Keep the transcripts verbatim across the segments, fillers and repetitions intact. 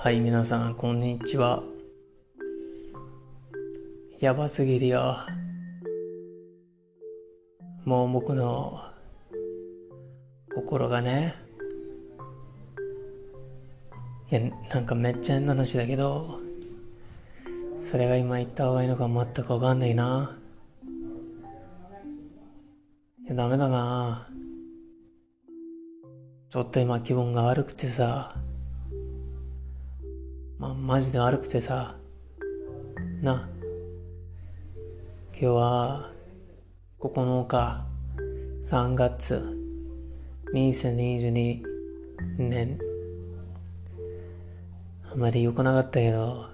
はい、皆さん、こんにちは。やばすぎるよ。もう僕の心がね、いや、なんかめっちゃ変な話だけど、それが今言った方がいいのか全くわかんないな。いや、ダメだな。ちょっと今気分が悪くてさ、ま、マジで悪くてさ、な、今日はここのか、さんがつにせんにじゅうにねん、あまり良くなかったけど、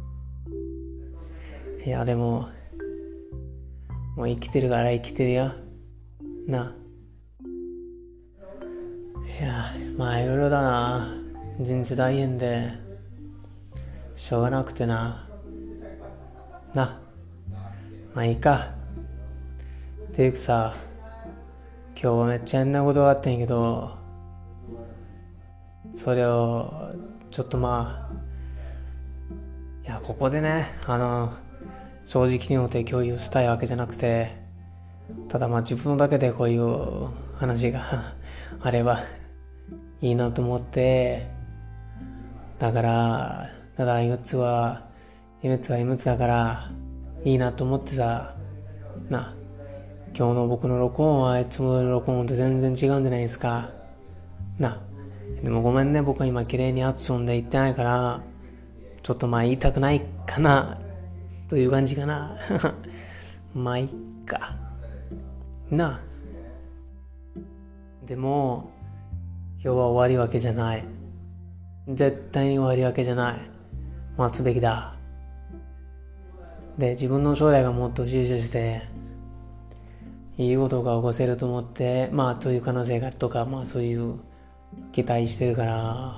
いやでも、もう生きてるから生きてるよ。な。いや、まあいろいろだな。人生大変で、しょうがなくてな。な。まあいいか。っていうかさ、今日はめっちゃ変なことがあったんやけど、それを、ちょっとまあ、いや、ここでね、あの、正直に言って共有したいわけじゃなくて、ただまあ自分だけでこういう話があればいいなと思って、だから、ただ異物は、異物は異物だから、いいなと思ってさ、な、今日の僕の録音はいつもの録音と全然違うんじゃないですか。な、でもごめんね、僕は今綺麗に発音で言ってないから、ちょっとまあ言いたくないかな、という感じかな。まあいいか。な、でも、今日は終わりわけじゃない。絶対に終わりわけじゃない。待つべきだ。で、自分の将来がもっと集中して、いいことが起こせると思って、まあそういう可能性がとか、まあそういう期待してるから、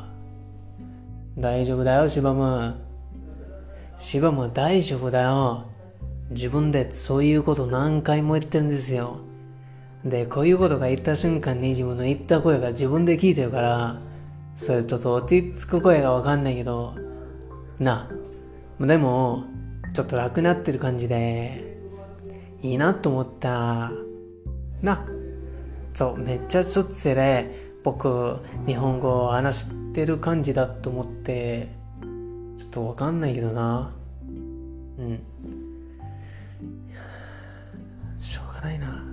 大丈夫だよ、シバム。シバムは大丈夫だよ。自分でそういうこと何回も言ってるんですよ。で、こういうことが言った瞬間に自分の言った声が自分で聞いてるから、それちょっと落ち着く声がわかんないけど、な、でも、ちょっと楽になってる感じで、いいなと思った。な、そう、めっちゃちょっとそれ、僕、日本語を話してる感じだと思って、ちょっとわかんないけどな。うん。しょうがないな。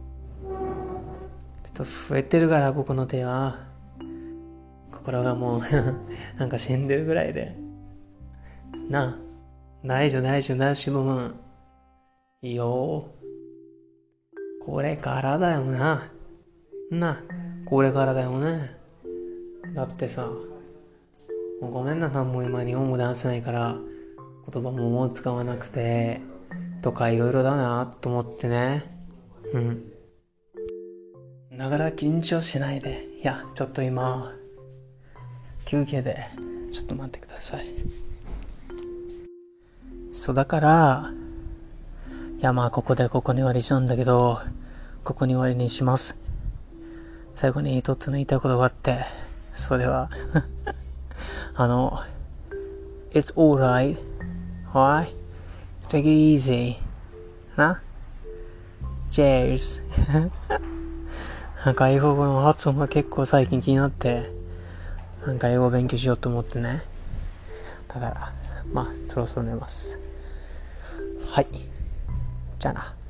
ちょっと増えてるから僕の手は。心がもうなんか死んでるぐらいで。なあ、大丈夫大丈夫大丈夫もん。いいよ。これからだよな。な、これからだよね。だってさ、もうごめんなさい、もう今日本語出せないから言葉ももう使わなくてとかいろいろだなと思ってね。うん。だから緊張しないで。いや、ちょっと今休憩でちょっと待ってください。そうだから、いやまあここでここに終わりしちゃうんだけど、ここに終わりにします。最後に一つの言いたいことがあって、それはあの It's alright, alright, take it easy な Cheers なんか英語の発音が結構最近気になって、なんか英語を勉強しようと思ってね。だからまあそろそろ寝ます。はい、じゃあな。